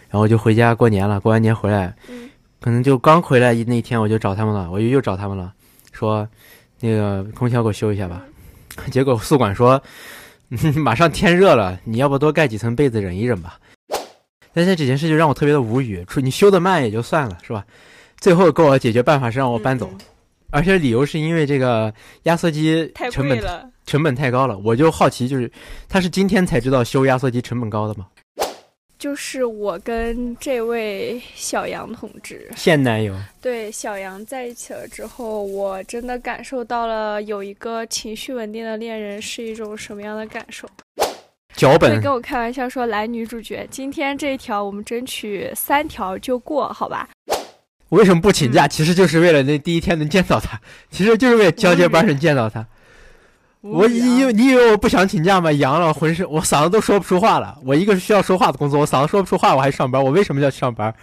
然后我就回家过年了，过完年回来，可能就刚回来那天我就找他们了，我又找他们了，说那个空调给我修一下吧。结果宿管说马上天热了，你要不多盖几层被子忍一忍吧。但是这件事就让我特别的无语，你修的慢也就算了是吧，最后给我解决办法是让我搬走，而且理由是因为这个压缩机成本太高了。我就好奇，就是他是今天才知道修压缩机成本高的吗？ 就是我跟这位小杨同志， 现男友， 对小杨在一起了之后，我真的感受到了有一个情绪稳定的恋人是一种什么样的感受。 脚本会跟我开玩笑说，来女主角，今天这一条我们争取3条就过，好吧？ 我为什么不请假？其实就是为了那第一天能见到他，其实就是为了交接班能见到他。你以为我不想请假吗？阳了，浑身我嗓子都说不出话了。我一个是需要说话的工作，我嗓子说不出话，我还上班，我为什么要去上班？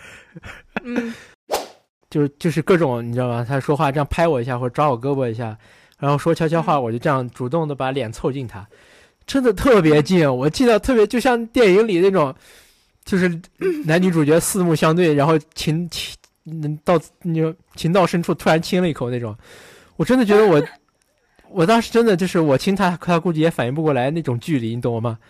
就是各种你知道吗？他说话这样拍我一下或者抓我胳膊一下，然后说悄悄话，我就这样主动的把脸凑近他，真的特别近，我近到特别就像电影里那种，就是男女主角四目相对，然后情到深处突然亲了一口那种。我真的觉得我当时真的就是我亲他估计也反应不过来那种距离，你懂我吗？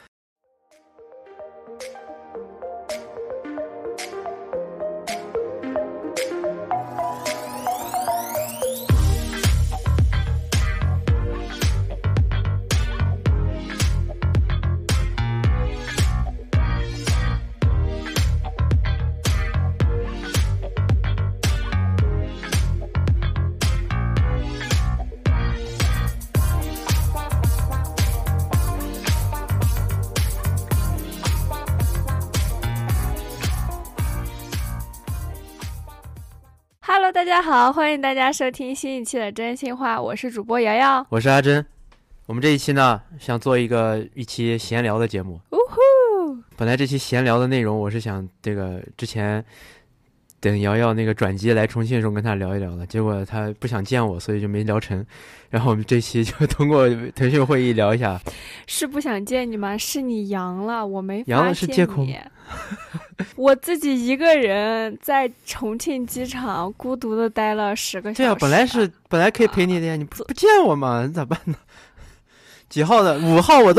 Hello， 大家好，欢迎大家收听新一期的真心话，我是主播瑶瑶， 我是阿珍。我们这一期呢，想做一期闲聊的节目。本来这期闲聊的内容，我是想这个之前等瑶瑶那个转机来重庆的时候跟她聊一聊的，结果她不想见我，所以就没聊成。然后我们这期就通过腾讯会议聊一下。 是不想见你吗？是你阳了，我没发现你。 阳了是借口。 我自己一个人在重庆机场孤独的待了10个小时。 对啊，本来可以陪你的呀，你不见我嘛？你咋办呢？几号的？5号我都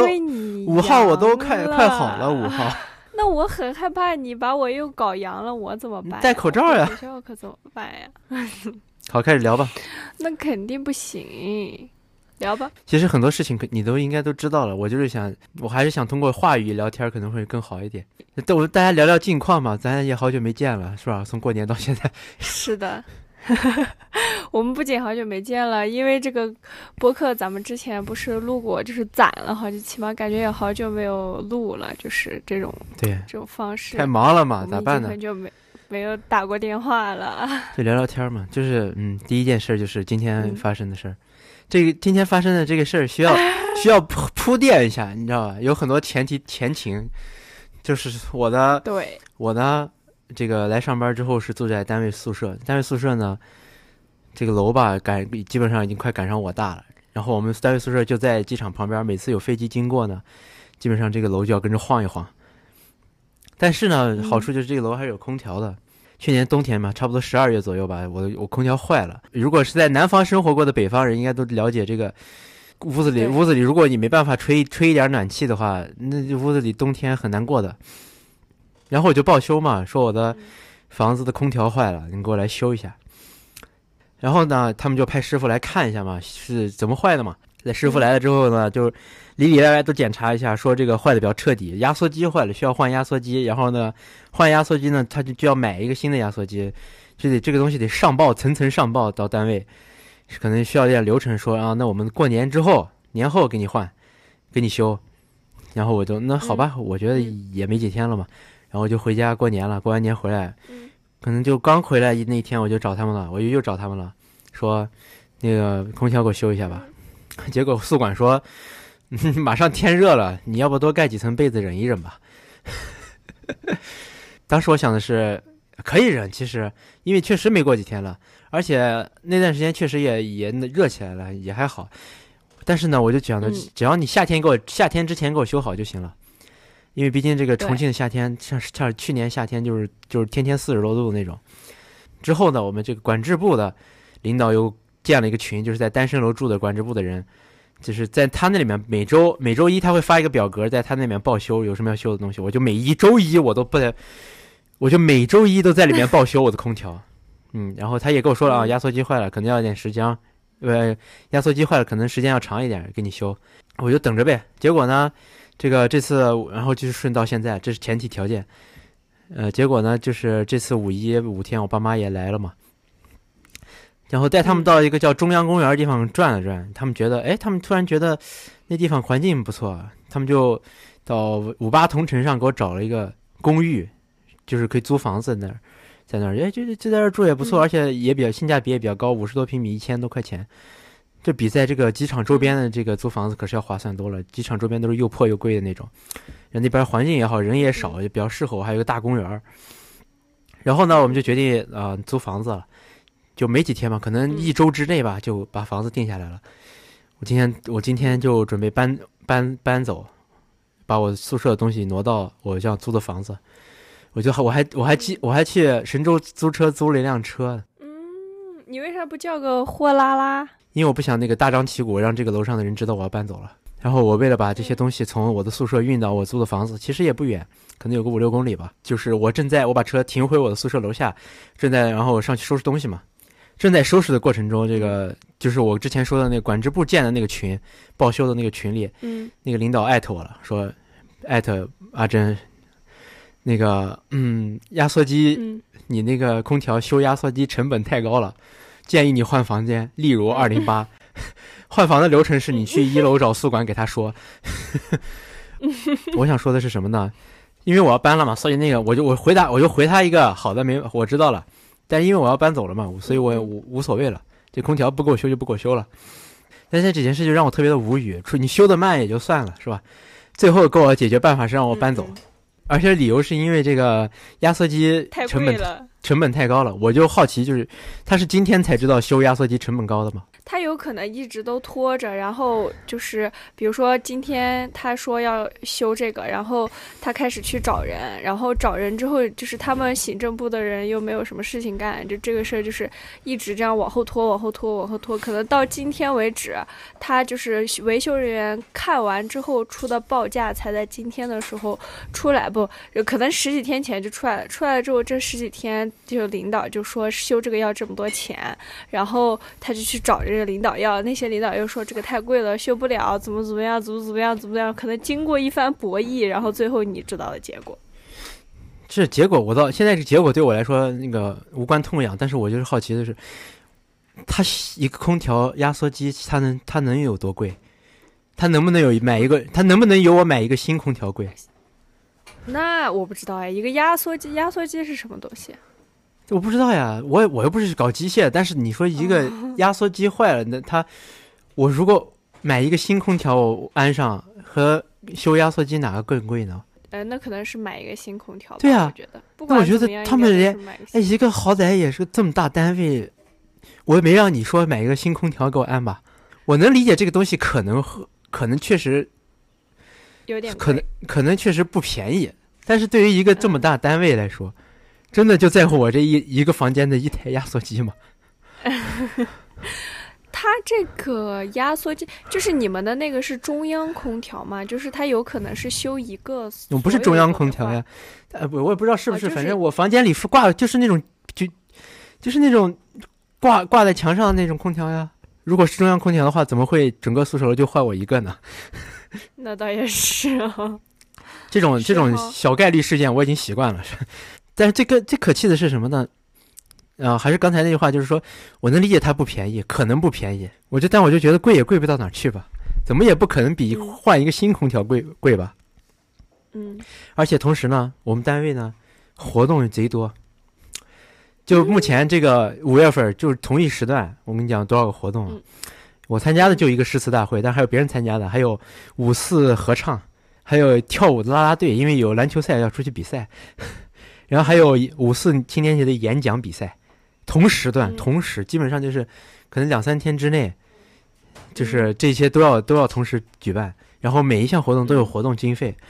5号我都快好了5号。 那我很害怕你把我又搞阳了，我怎么办？ 戴口罩呀！ 学校可怎么办呀？ 好，开始聊吧。 那肯定不行，聊吧。 其实很多事情你都应该都知道了，我还是想通过话语聊天可能会更好一点。大家聊聊近况嘛，咱也好久没见了，是吧？从过年到现在。 是的。我们不仅好久没见了，因为这个播客咱们之前不是录过，就是攒了好几期嘛，感觉也好久没有录了，就是这种方式。 太忙了嘛，咋办呢？ 很久没有打过电话了。 就聊聊天嘛，就是第一件事就是今天发生的事儿。这个今天发生的这个事儿需要铺垫一下，你知道吧？有很多前情，就是我呢这个来上班之后是住在单位宿舍呢，这个楼吧基本上已经快赶上我大了。然后我们单位宿舍就在机场旁边，每次有飞机经过呢，基本上这个楼就要跟着晃一晃。但是呢，好处就是这个楼还是有空调的。去年冬天嘛，差不多12月左右吧，我空调坏了。如果是在南方生活过的北方人，应该都了解这个屋子里，如果你没办法吹一点暖气的话，那屋子里冬天很难过的。然后我就报修嘛，说我的房子的空调坏了，你给我来修一下。然后呢，他们就派师傅来看一下嘛，是怎么坏的嘛。在师傅来了之后呢，就里外都检查一下，说这个坏的比较彻底，压缩机坏了，需要换压缩机。然后呢，换压缩机呢，他就要买一个新的压缩机，这个东西得上报，层层上报到单位，可能需要点流程，说啊，那我们过年之后，年后给你换，给你修。然后我就那好吧，我觉得也没几天了嘛，然后就回家过年了。过完年回来，可能就刚回来那天我就找他们了，我又找他们了，说那个空调给我修一下吧。结果宿管说马上天热了，你要不多盖几层被子忍一忍吧。当时我想的是可以忍，其实因为确实没过几天了，而且那段时间确实也热起来了，也还好。但是呢，我就讲的只要你夏天之前给我修好就行了。 因为毕竟这个重庆的夏天像去年夏天就是天天40多度那种。之后呢，我们这个管制部的领导又建了一个群，就是在单身楼住的管制部的人，就是在他那里面每周一他会发一个表格，在他那里面报修，有什么要修的东西，我就每周一都在里面报修我的空调。然后他也跟我说了啊，压缩机坏了可能要一点时间，压缩机坏了可能时间要长一点给你修，我就等着呗。结果呢，这次然后就是顺到现在，这是前提条件。结果呢，就是这次5天，我爸妈也来了嘛，然后带他们到一个叫中央公园的地方转了转，他们突然觉得那地方环境不错，他们就到58同城上给我找了一个公寓，就是可以租房子在那儿，就在那儿住也不错，而且也性价比也比较高，50多平米1000多块钱，这比在这个机场周边的这个租房子可是要划算多了。机场周边都是又破又贵的那种，那边环境也好，人也少，也比较适合我，还有个大公园。然后呢，我们就决定租房子了，就没几天嘛，可能1周之内吧，就把房子定下来了。我今天就准备搬走，把我宿舍的东西挪到我这样租的房子。我还去神州租车租了一辆车。 你为啥不叫个货拉拉？ 因为我不想那个大张旗鼓让这个楼上的人知道我要搬走了。然后我为了把这些东西从我的宿舍运到我租的房子，其实也不远，可能有个5-6公里吧。就是我把车停回我的宿舍楼下，然后我上去收拾东西嘛。正在收拾的过程中，这个就是我之前说的那个管制部建的那个群，报修的那个群里，那个领导艾特我了，说艾特阿珍，那个压缩机，你那个空调修压缩机成本太高了，建议你换房间，例如208。换房的流程是你去1楼找宿管给他说。我想说的是什么呢？因为我要搬了嘛，所以那个我就回他一个好的，我知道了。但是因为我要搬走了嘛，所以我也无所谓了。这空调不给我修就不给我修了。但是这件事就让我特别的无语，说你修的慢也就算了，是吧？最后给我解决办法是让我搬走，而且理由是因为这个压缩机成本太高了。我就好奇，就是他是今天才知道修压缩机成本高的吗？ 他有可能一直都拖着，然后就是比如说今天他说要修这个，然后他开始去找人，然后找人之后，就是他们行政部的人又没有什么事情干，就这个事儿就是一直这样往后拖，可能到今天为止，他就是维修人员看完之后出的报价才在今天的时候出来，不，可能10几天前就出来了。出来之后这10几天，就领导就说修这个要这么多钱，然后他就去找这个领导要，那些领导又说这个太贵了，修不了，怎么样，可能经过一番博弈，然后最后你知道的结果。 这结果我到现在这结果对我来说那个无关痛痒，但是我就是好奇的是，它一个空调压缩机它能有多贵？它能不能有我买一个新空调贵？ 那我不知道哎，一个压缩机是什么东西？ 我不知道呀，我又不是搞机械，但是你说一个压缩机坏了，那我如果买一个新空调安上和修压缩机哪个更贵呢？ 那可能是买一个新空调吧。 对啊， 我觉得。 那我觉得他们一个好歹也是这么大单位，我也没让你说买一个新空调给我安吧。我能理解这个东西可能确实有点贵， 可能确实不便宜，但是对于一个这么大单位来说。真的就在乎我这一个房间的一台压缩机吗？ 它这个压缩机就是你们的那个是中央空调吗？就是它有可能是修一个， 不是中央空调呀，我也不知道是不是，反正我房间里挂的就是那种就是那种挂在墙上的那种空调呀。如果是中央空调的话，怎么会整个宿舍楼就坏我一个呢？ 那倒也是啊， 这种小概率事件我已经习惯了。但是最可气的是什么呢？还是刚才那句话，就是说我能理解它不便宜，可能不便宜，但我就觉得贵也贵不到哪儿去吧，怎么也不可能比换一个新空调贵吧。而且同时呢，我们单位呢活动贼多，就目前这个5月份就是同一时段，我跟你讲多少个活动啊？我参加的就一个诗词大会，但还有别人参加的，还有5·4合唱，还有跳舞的啦啦队，因为有篮球赛要出去比赛。然后还有5·4青年节的演讲比赛，同时基本上就是可能2-3天之内，就是这些都要同时举办，然后每一项活动都有活动经费。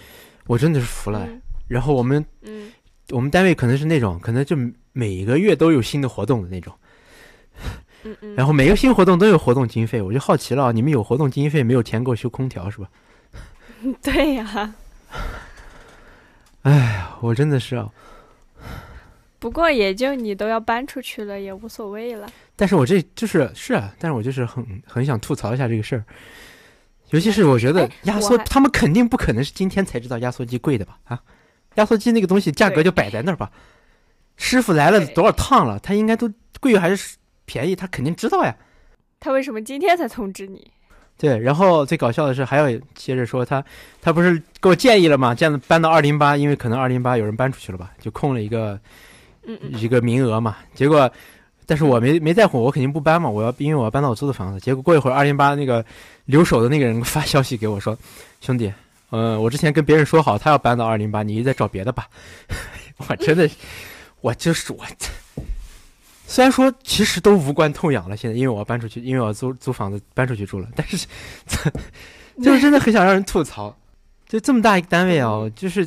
我真的是服了。然后我们单位可能是那种，可能就每个月都有新的活动的那种。然后每个新活动都有活动经费，我就好奇了，你们有活动经费没有钱够修空调是吧？ 对呀。 哎呀，我真的是啊。 不过也就你都要搬出去了，也无所谓了。 但是我这就是但是我就是很想吐槽一下这个事儿，尤其是我觉得压缩，他们肯定不可能是今天才知道压缩机贵的吧？啊，压缩机那个东西价格就摆在那儿吧，师傅来了多少趟了，他应该都贵还是便宜，他肯定知道呀。 他为什么今天才通知你？ 对，然后最搞笑的是还要接着说他不是给我建议了吗？这样搬到208，因为可能208有人搬出去了吧，就空了一个名额嘛。结果，但是我没在乎，我肯定不搬嘛，因为我要搬到我租的房子。结果过一会儿208那个留守的那个人发消息给我说，兄弟，我之前跟别人说好他要搬到208，你再找别的吧。我真的，我虽然说其实都无关痛痒了，现在因为我要搬出去，因为我租房子搬出去住了，但是就是真的很想让人吐槽，就这么大一个单位啊，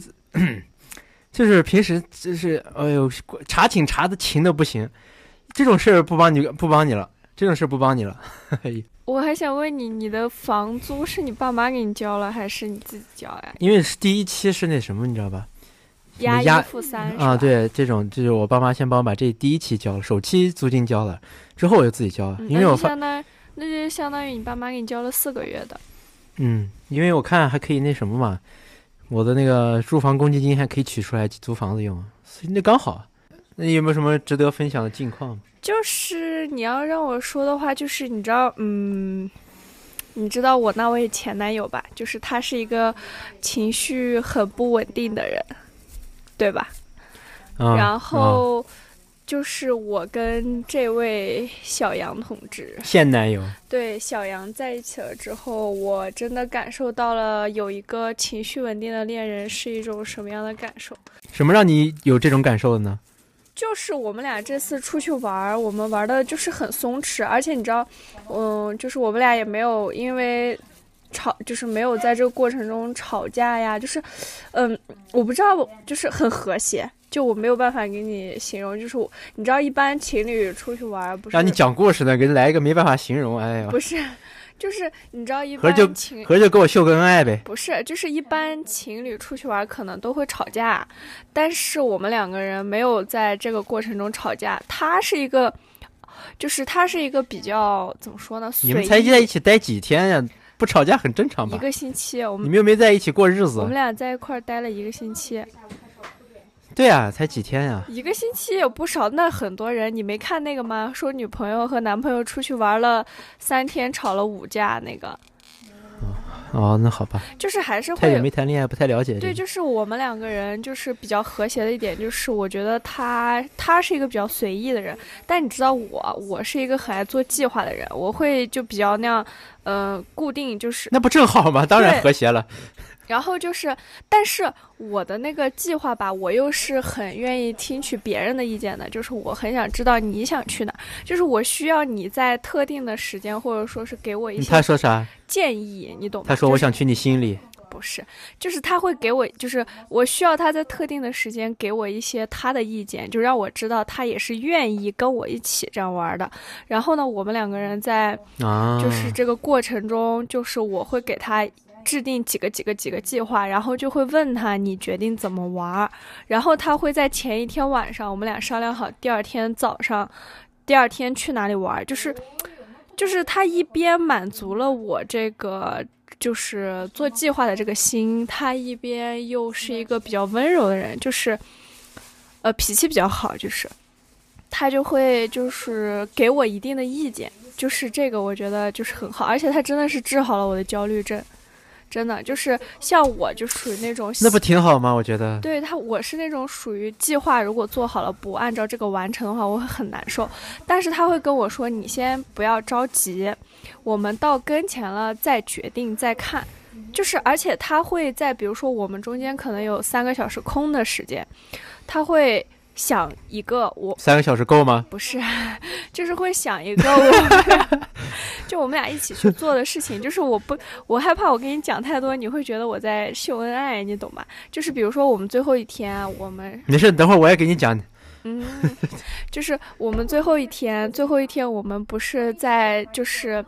就是平时就是哎呦查寝查的勤的不行，这种事不帮你了，这种事不帮你了。 我还想问你，你的房租是你爸妈给你交了还是你自己交呀？ 因为第一期是那什么你知道吧， 押1付3 啊，对，这种就是我爸妈先帮我把这第一期交了，首期租金交了，之后我就自己交了，因为那就相当于你爸妈给你交了4个月的。 因为我看还可以那什么嘛，我的那个住房公积金还可以取出来租房子用，所以那刚好。那你有没有什么值得分享的近况？ 就是你要让我说的话，就是你知道我那位前男友吧，就是他是一个情绪很不稳定的人。对吧？然后就是我跟这位小杨同志现男友， 对小杨在一起了之后，我真的感受到了有一个情绪稳定的恋人是一种什么样的感受。 什么让你有这种感受的呢？ 就是我们俩这次出去玩，我们玩的就是很松弛，而且你知道，就是我们俩也没有因为就是没有在这个过程中吵架呀，就是我不知道，就是很和谐，就我没有办法给你形容，就是你知道一般情侣出去玩不是让你讲故事呢，给你来一个没办法形容，哎呀， 不是，就是你知道一般合着给我秀个恩爱呗， 不是，就是一般情侣出去玩可能都会吵架，但是我们2个人没有在这个过程中吵架。他是一个比较怎么说呢？ 你们才在一起待几天呀？不吵架很正常吧？ 1个星期， 你们又没在一起过日子。 我们俩在一块儿待了1个星期。 对啊，才几天呀 ？1个星期也不少，那很多人，你没看那个吗？说女朋友和男朋友出去玩了3天，吵了5架那个。 那好吧， 就是还是会太久没谈恋爱，不太了解。 对，就是我们2个人就是比较和谐的一点，就是我觉得他是一个比较随意的人，但你知道我是一个很爱做计划的人，我会就比较那样，固定就是。 那不正好吗？当然和谐了。 然后就是，但是我的那个计划吧，我又是很愿意听取别人的意见的，就是我很想知道你想去哪，就是我需要你在特定的时间，或者说是给我一些他说啥建议，你懂吗？ 他说我想去你心里。 不是，就是他会给我，就是我需要他在特定的时间给我一些他的意见，就让我知道他也是愿意跟我一起这样玩的。然后呢，我们2个人在就是这个过程中，就是我会给他制定几个计划，然后就会问他你决定怎么玩，然后他会在前一天晚上我们俩商量好第2天早上第2天去哪里玩，就是他一边满足了我这个就是做计划的这个心，他一边又是一个比较温柔的人，就是脾气比较好，就是他就会就是给我一定的意见，就是这个我觉得就是很好，而且他真的是治好了我的焦虑症。真的就是像我就属于那种， 那不挺好吗？我觉得对我是那种属于计划如果做好了不按照这个完成的话我会很难受，但是他会跟我说你先不要着急，我们到跟前了再决定再看，就是而且他会在比如说我们中间可能有3个小时空的时间，他会想一个3 个小时够吗？ 不是，就是会想一个我就我们俩一起去做的事情，就是我害怕我跟你讲太多，你会觉得我在秀恩爱，你懂吗？就是比如说我们最后一天，我们没事，等会儿我也给你讲。 就是我们最后一天我们不是在就是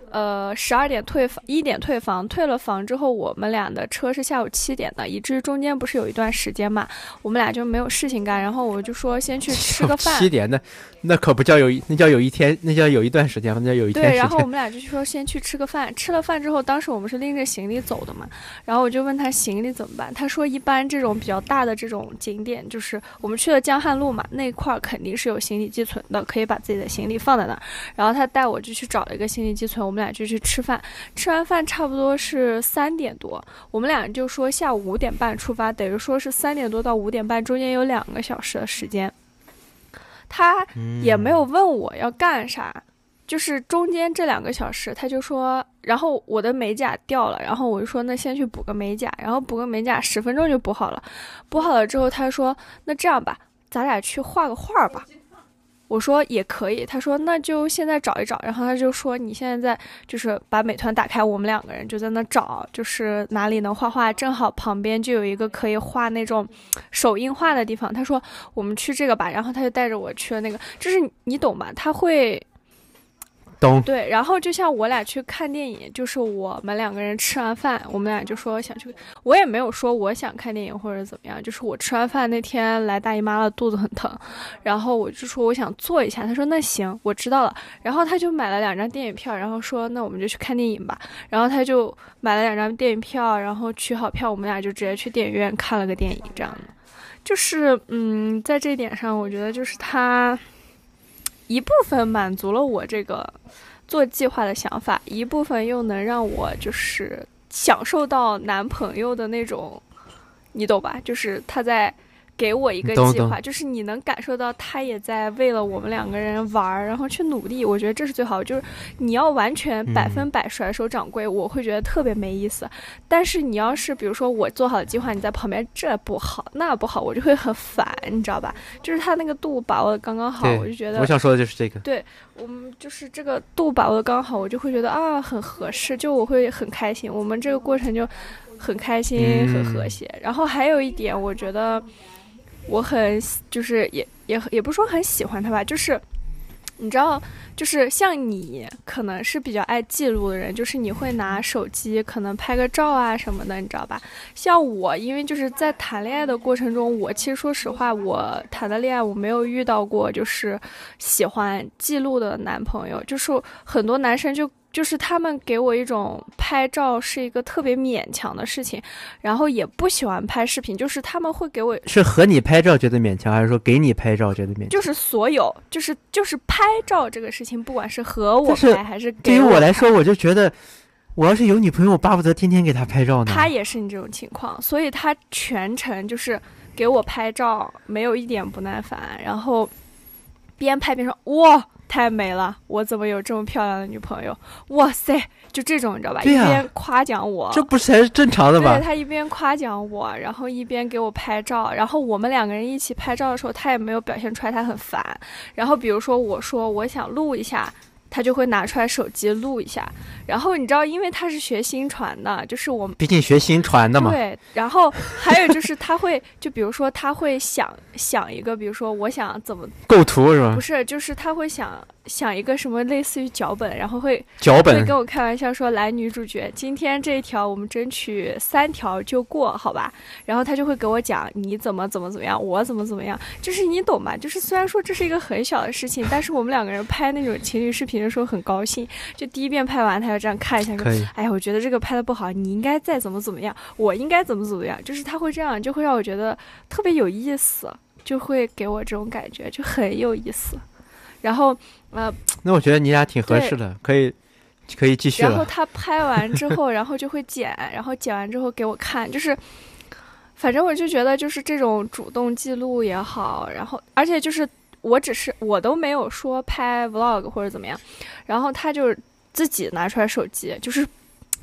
12点退房，1点退房，退了房之后，我们俩的车是下午7点的，以至于中间不是有一段时间嘛，我们俩就没有事情干，然后我就说先去吃个饭。 7点那可不叫那叫有一天，那叫有一段时间，那叫有一天时间。 对，然后我们俩就说先去吃个饭，吃了饭之后，当时我们是拎着行李走的嘛，然后我就问他行李怎么办，他说一般这种比较大的这种景点，就是我们去了江汉路嘛，那块肯定是有行李寄存的，可以把自己的行李放在那儿，然后他带我就去找了一个行李寄存，我们俩就去吃饭，吃完饭差不多是3点多，我们俩就说下午5点半出发，等于说是3点多到5点半，中间有2个小时的时间。他也没有问我要干啥，就是中间这2个小时，他就说，然后我的美甲掉了，然后我就说那先去补个美甲，然后补个美甲10分钟就补好了，补好了之后他说那这样吧，咱俩去画个画吧。我说也可以，他说那就现在找一找，然后他就说你现在就是把美团打开，我们2个人就在那找，就是哪里能画画，正好旁边就有一个可以画那种手印画的地方，他说我们去这个吧，然后他就带着我去了那个，就是你懂吧，他会懂。 对，然后就像我俩去看电影，就是我们2个人吃完饭，我们俩就说想去，我也没有说我想看电影或者怎么样，就是我吃完饭那天来大姨妈了，肚子很疼，然后我就说我想坐一下，他说那行，我知道了，然后他就买了2张电影票，然后说那我们就去看电影吧，然后他就买了2张电影票，然后取好票，我们俩就直接去电影院看了个电影，这样的，就是在这一点上，我觉得就是他一部分满足了我这个做计划的想法，一部分又能让我就是享受到男朋友的那种，你懂吧？就是他在给我一个计划，就是你能感受到他也在为了我们2个人玩，然后去努力。我觉得这是最好，就是你要完全100%甩手掌柜，我会觉得特别没意思。但是你要是比如说我做好的计划，你在旁边这不好那不好，我就会很烦，你知道吧？就是他那个度把握的刚刚好，我就觉得我想说的就是这个。 对，我们就是这个度把握的刚好，我就会觉得啊很合适，就我会很开心，我们这个过程就很开心很和谐。然后还有一点，我觉得我很就是也不是说很喜欢他吧，就是你知道，就是像你可能是比较爱记录的人，就是你会拿手机可能拍个照啊什么的，你知道吧？像我，因为就是在谈恋爱的过程中，我其实说实话，我谈的恋爱我没有遇到过就是喜欢记录的男朋友，就是很多男生就是他们给我一种拍照是一个特别勉强的事情，然后也不喜欢拍视频，就是他们会给我是和你拍照觉得勉强，还是说给你拍照觉得勉强？ 就是所有就是拍照这个事情，不管是和我拍还是给对于我来说，我就觉得我要是有女朋友，我巴不得天天给她拍照呢。 他也是你这种情况，所以他全程就是给我拍照，没有一点不耐烦，然后边拍边说哇太美了，我怎么有这么漂亮的女朋友，哇塞，就这种你知道吧，一边夸奖我， 这不是才是正常的吗？ 对，他一边夸奖我，然后一边给我拍照，然后我们2个人一起拍照的时候，他也没有表现出来他很烦，然后比如说我说我想录一下，他就会拿出来手机录一下，然后你知道，因为他是学新传的，就是我们毕竟学新传的嘛。 对，然后还有就是他会，就比如说他会想一个，比如说我想怎么构图是吧？ 不是，就是他会想一个什么类似于脚本，然后会跟我开玩笑说，来女主角，今天这一条我们争取3条就过，好吧？然后他就会给我讲你怎么样，我怎么样，就是你懂吧？就是虽然说这是一个很小的事情，但是我们2个人拍那种情侣视频的时候很高兴，就第一遍拍完他就这样看一下说，哎呀，我觉得这个拍的不好，你应该再怎么样，我应该怎么样，就是他会这样，就会让我觉得特别有意思，就会给我这种感觉，就很有意思。然后那我觉得你俩挺合适的，可以继续了。 然后他拍完之后，然后就会剪，然后剪完之后给我看，就是反正我就觉得就是这种主动记录也好，然后而且就是我都没有说拍 vlog 或者怎么样，然后他就自己拿出来手机，就是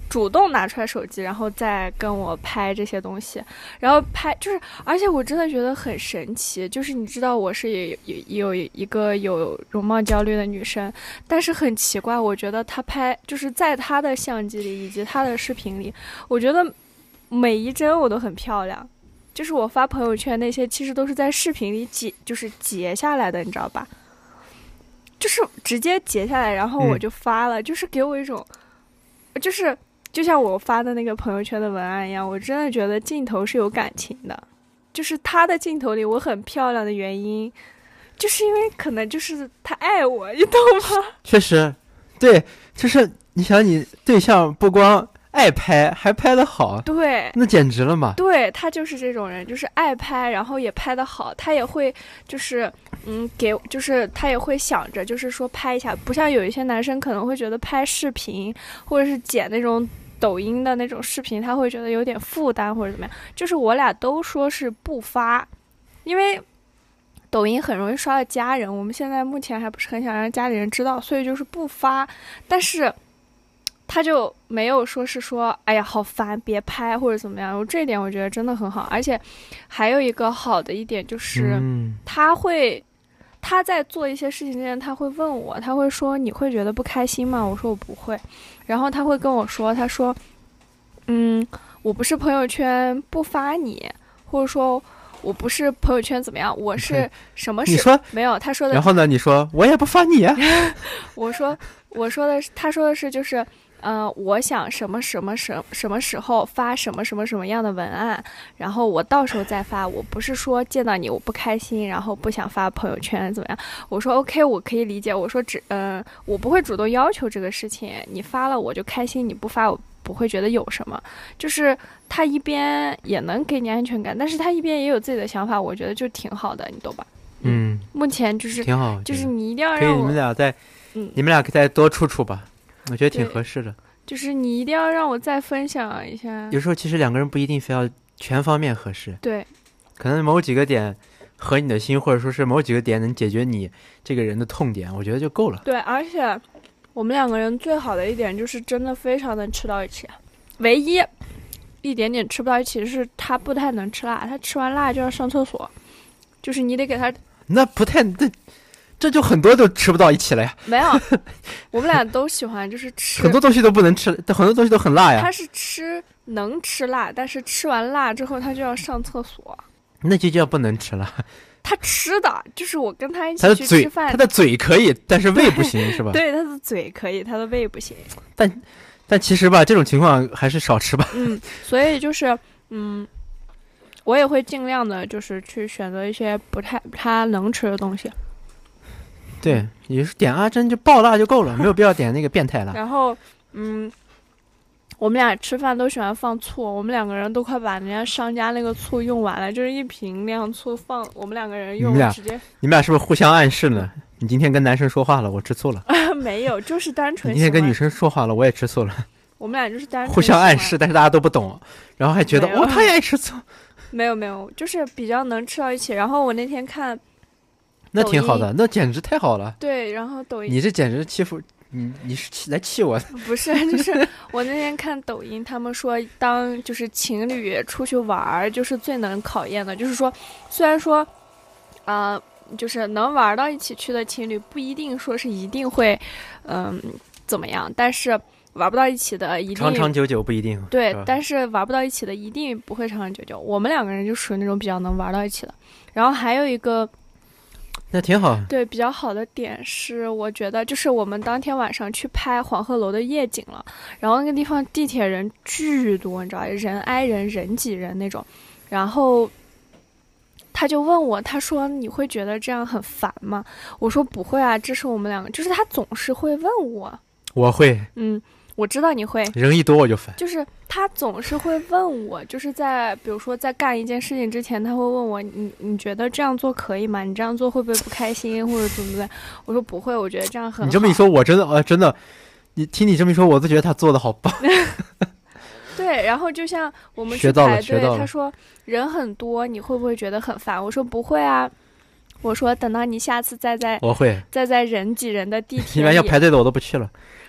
主动拿出来手机，然后再跟我拍这些东西，然后拍就是，而且我真的觉得很神奇，就是你知道我是有一个有容貌焦虑的女生，但是很奇怪，我觉得她拍就是在她的相机里以及她的视频里，我觉得每一帧我都很漂亮，就是我发朋友圈那些其实都是在视频里截下来的，你知道吧？就是直接截下来，然后我就发了，就是给我一种，就像我发的那个朋友圈的文案一样，我真的觉得镜头是有感情的，就是他的镜头里我很漂亮的原因，就是因为可能就是他爱我，你懂吗？ 确实，对，就是你想你对象不光爱拍还拍得好， 对， 那简直了嘛。 对，他就是这种人，就是爱拍，然后也拍得好，他也会就是就是他也会想着就是说拍一下，不像有一些男生可能会觉得拍视频或者是剪那种抖音的那种视频，他会觉得有点负担或者怎么样，就是我俩都说是不发，因为抖音很容易刷到家人，我们现在目前还不是很想让家里人知道，所以就是不发，但是他就没有说是说哎呀好烦别拍或者怎么样，这一点我觉得真的很好。而且还有一个好的一点就是他在做一些事情之前他会问我，他会说你会觉得不开心吗？我说我不会，然后他会跟我说，他说我不是朋友圈不发你，或者说我不是朋友圈怎么样，我是什么事？ 你说没有，他说的。 然后呢？你说我也不发你啊。 我说的是，他说的是就是我想什么时候发什么样的文案，然后我到时候再发。我不是说见到你我不开心，然后不想发朋友圈怎么样？我说 OK， 我可以理解。我说我不会主动要求这个事情，你发了我就开心，你不发我不会觉得有什么。就是他一边也能给你安全感，但是他一边也有自己的想法，我觉得就挺好的，你懂吧？目前就是挺好， 就是你一定要让我你们俩再多处处吧。我觉得挺合适的， 就是你一定要让我再分享一下。 有时候其实两个人不一定非要全方面合适， 对， 可能某几个点合你的心，或者说是某几个点能解决你这个人的痛点，我觉得就够了。 对，而且我们两个人最好的一点就是真的非常能吃到一起，唯一一点点吃不到一起是他不太能吃辣，他吃完辣就要上厕所，就是你得给他。 那不太这就很多都吃不到一起了呀。 没有，我们俩都喜欢就是吃很多东西都不能吃，很多东西都很辣呀。 他是能吃辣，但是吃完辣之后他就要上厕所， 那就叫不能吃了。 他吃的就是我跟他一起去吃饭， 他的嘴可以，但是胃不行是吧？ 对，他的嘴可以，他的胃不行。 但其实吧，这种情况还是少吃吧。 所以就是我也会尽量的就是去选择一些不太他能吃的东西。 对，也是点阿珍就爆辣就够了，没有必要点那个变态辣。 然后我们俩吃饭都喜欢放醋，我们两个人都快把人家商家那个醋用完了，就是一瓶量醋放我们两个人用直接。 你们俩是不是互相暗示呢？你今天跟男生说话了，我吃醋了。 没有，就是单纯。 你今天跟女生说话了，我也吃醋了。 我们俩就是单纯互相暗示，但是大家都不懂，然后还觉得他也爱吃醋。 没有，就是比较能吃到一起。然后我那天看。 那挺好的，那简直太好了。 对，然后抖音， 你这简直欺负你是来气我的？ 不是，就是我那天看抖音，他们说当就是情侣出去玩，就是最能考验的，就是说，虽然说，就是能玩到一起去的情侣不一定说是一定会，怎么样，但是玩不到一起的一定长长久久不一定。 对，但是玩不到一起的一定不会长长久久。我们两个人就属于那种比较能玩到一起的。然后还有一个。 那挺好。 对，比较好的点是，我觉得就是我们当天晚上去拍黄鹤楼的夜景了，然后那个地方地铁人巨多，你知道，人挨人，人挤人那种。然后他就问我，他说你会觉得这样很烦吗？我说不会啊，这是我们两个，就是他总是会问我。 我会。 我知道你会， 人一多我就烦。 就是他总是会问我，就是比如说在干一件事情之前，他会问我，你觉得这样做可以吗？你这样做会不会不开心或者怎么的？我说不会，我觉得这样很好。 你这么一说，我真的，你听你这么一说，我都觉得他做的好棒。 对，然后就像我们去排队，他说人很多，你会不会觉得很烦？我说不会啊。我说等到你下次再在人挤人的地铁， 一般要排队的我都不去了。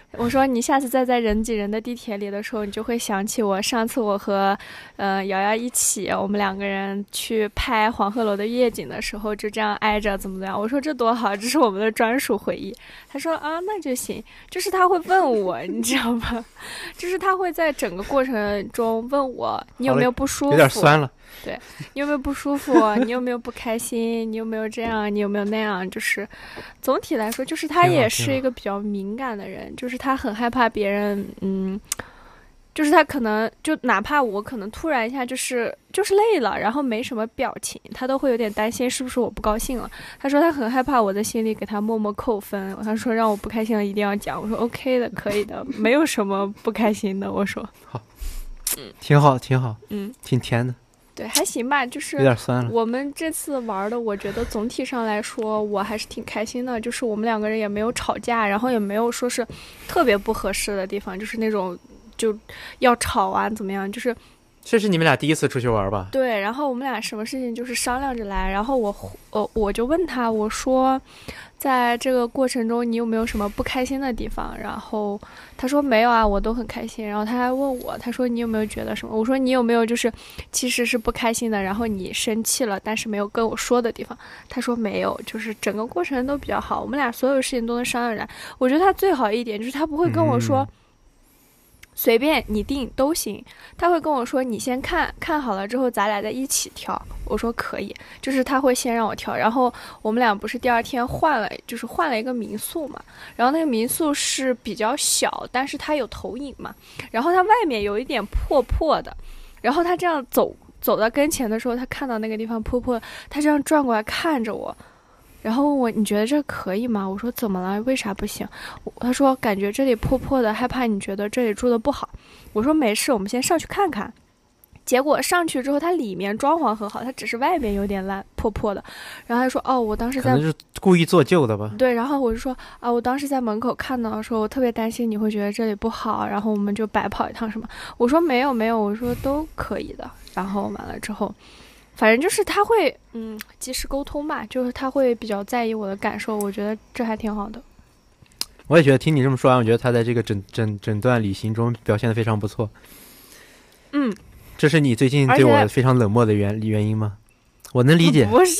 我说你下次再在人挤人的地铁里的时候，你就会想起我上次我和瑶瑶一起，我们2个人去拍黄鹤楼的夜景的时候，就这样挨着怎么样。我说这多好，这是我们的专属回忆。他说啊，那就行。就是他会问我，你知道吗？就是他会在整个过程中问我你有没有不舒服， 有点酸了。 对，你有没有不舒服？你有没有不开心？你有没有这样？你有没有那样？就是总体来说，就是他也是一个比较敏感的人，就是他很害怕别人，就是他可能就哪怕我可能突然一下就是累了，然后没什么表情，他都会有点担心是不是我不高兴了。他说他很害怕我在心里给他默默扣分，他说让我不开心了一定要讲。我说 OK 的，可以的，没有什么不开心的。我说好，挺好，挺好，挺甜的。 对，还行吧，就是有点酸了。 我们这次玩的，我觉得总体上来说，我还是挺开心的。就是我们2个人也没有吵架，然后也没有说是特别不合适的地方，就是那种就要吵啊怎么样，就是。 这是你们俩第一次出去玩吧？ 对，然后我们俩什么事情就是商量着来，然后我就问他，我说，在这个过程中你有没有什么不开心的地方？然后他说没有啊，我都很开心。然后他还问我，他说你有没有觉得什么？我说你有没有就是其实是不开心的，然后你生气了，但是没有跟我说的地方？他说没有，就是整个过程都比较好，我们俩所有事情都能商量着来。我觉得他最好一点就是他不会跟我说。随便你定都行，他会跟我说你先看好了之后咱俩再一起挑。我说可以，就是他会先让我挑，然后我们俩不是第2天换了一个民宿嘛，然后那个民宿是比较小，但是它有投影嘛，然后它外面有一点破破的，然后他这样走到跟前的时候，他看到那个地方破破，他这样转过来看着我。然后问我你觉得这可以吗？我说怎么了？为啥不行？他说感觉这里破破的，害怕你觉得这里住的不好。我说没事，我们先上去看看。结果上去之后，它里面装潢很好，它只是外面有点烂破破的。然后他说哦，我当时在可能是故意做旧的吧。 对，然后我就说啊，我当时在门口看到的时候，我特别担心你会觉得这里不好，然后我们就白跑一趟什么。我说没有，我说都可以的。然后完了之后。反正就是他会及时沟通吧，就是他会比较在意我的感受，我觉得这还挺好的。 我也觉得听你这么说完，我觉得他在这个整段旅行中表现得非常不错。这是你最近对我非常冷漠的原因吗？我能理解。 不是，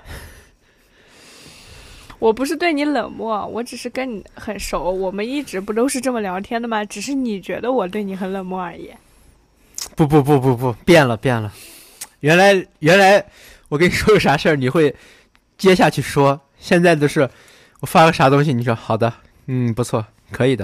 我不是对你冷漠，我只是跟你很熟，我们一直不都是这么聊天的吗？只是你觉得我对你很冷漠而已。 不，变了。原来我跟你说个啥事儿，你会接下去说。现在都是我发个啥东西，你说好的，不错，可以的。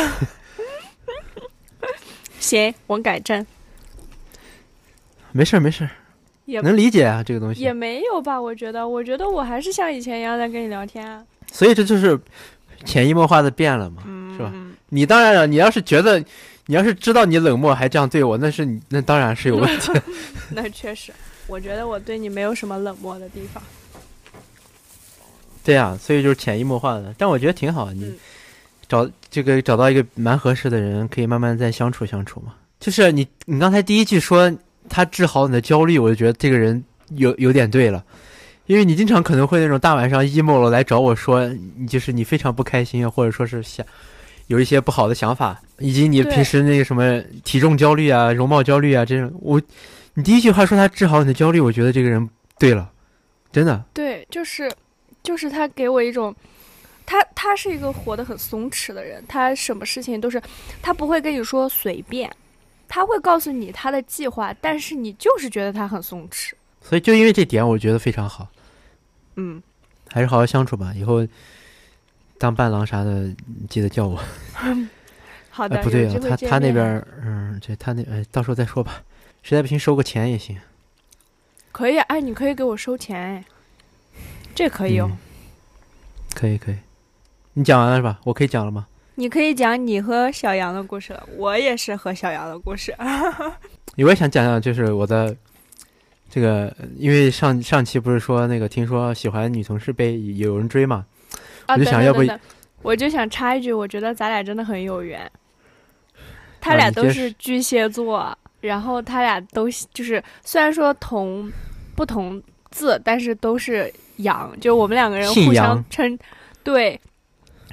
行，我改正。 没事，能理解啊，这个东西也没有吧？我觉得我还是像以前一样在跟你聊天啊。 所以这就是潜移默化的变了嘛，是吧？你当然了，你要是知道你冷漠还这样对我，那当然是有问题。 那确实，我觉得我对你没有什么冷漠的地方。 对啊，所以就是潜移默化的，但我觉得挺好。你找到一个蛮合适的人，可以慢慢再相处嘛。就是你刚才第一句说他治好你的焦虑，我就觉得这个人有点对了。因为你经常可能会那种大晚上 emo 了来找我说，你非常不开心，或者说是有一些不好的想法，以及你平时那个什么体重焦虑啊、容貌焦虑啊这种，你第一句话说他治好你的焦虑，我觉得这个人对了，真的。 对，就是他给我一种，他是一个活得很松弛的人，他什么事情都是，他不会跟你说随便，他会告诉你他的计划，但是你就是觉得他很松弛。 所以就因为这点，我觉得非常好。还是好好相处吧，以后当伴郎啥的记得叫我。 好的。 不对啊，他那边到时候再说吧，实在不行收个钱也行。 可以啊，你可以给我收钱哎，这可以哦。 可以，你讲完了是吧？我可以讲了吗？ 你可以讲你和小杨的故事了，我也是和小杨的故事。 我也想讲讲，就是我的这个，因为上期不是说那个听说喜欢女同事被有人追嘛，我就想要不， 我就想插一句，我觉得咱俩真的很有缘。他俩都是巨蟹座，然后他俩都就是虽然说不同字，但是都是羊，就我们2个人互相称对，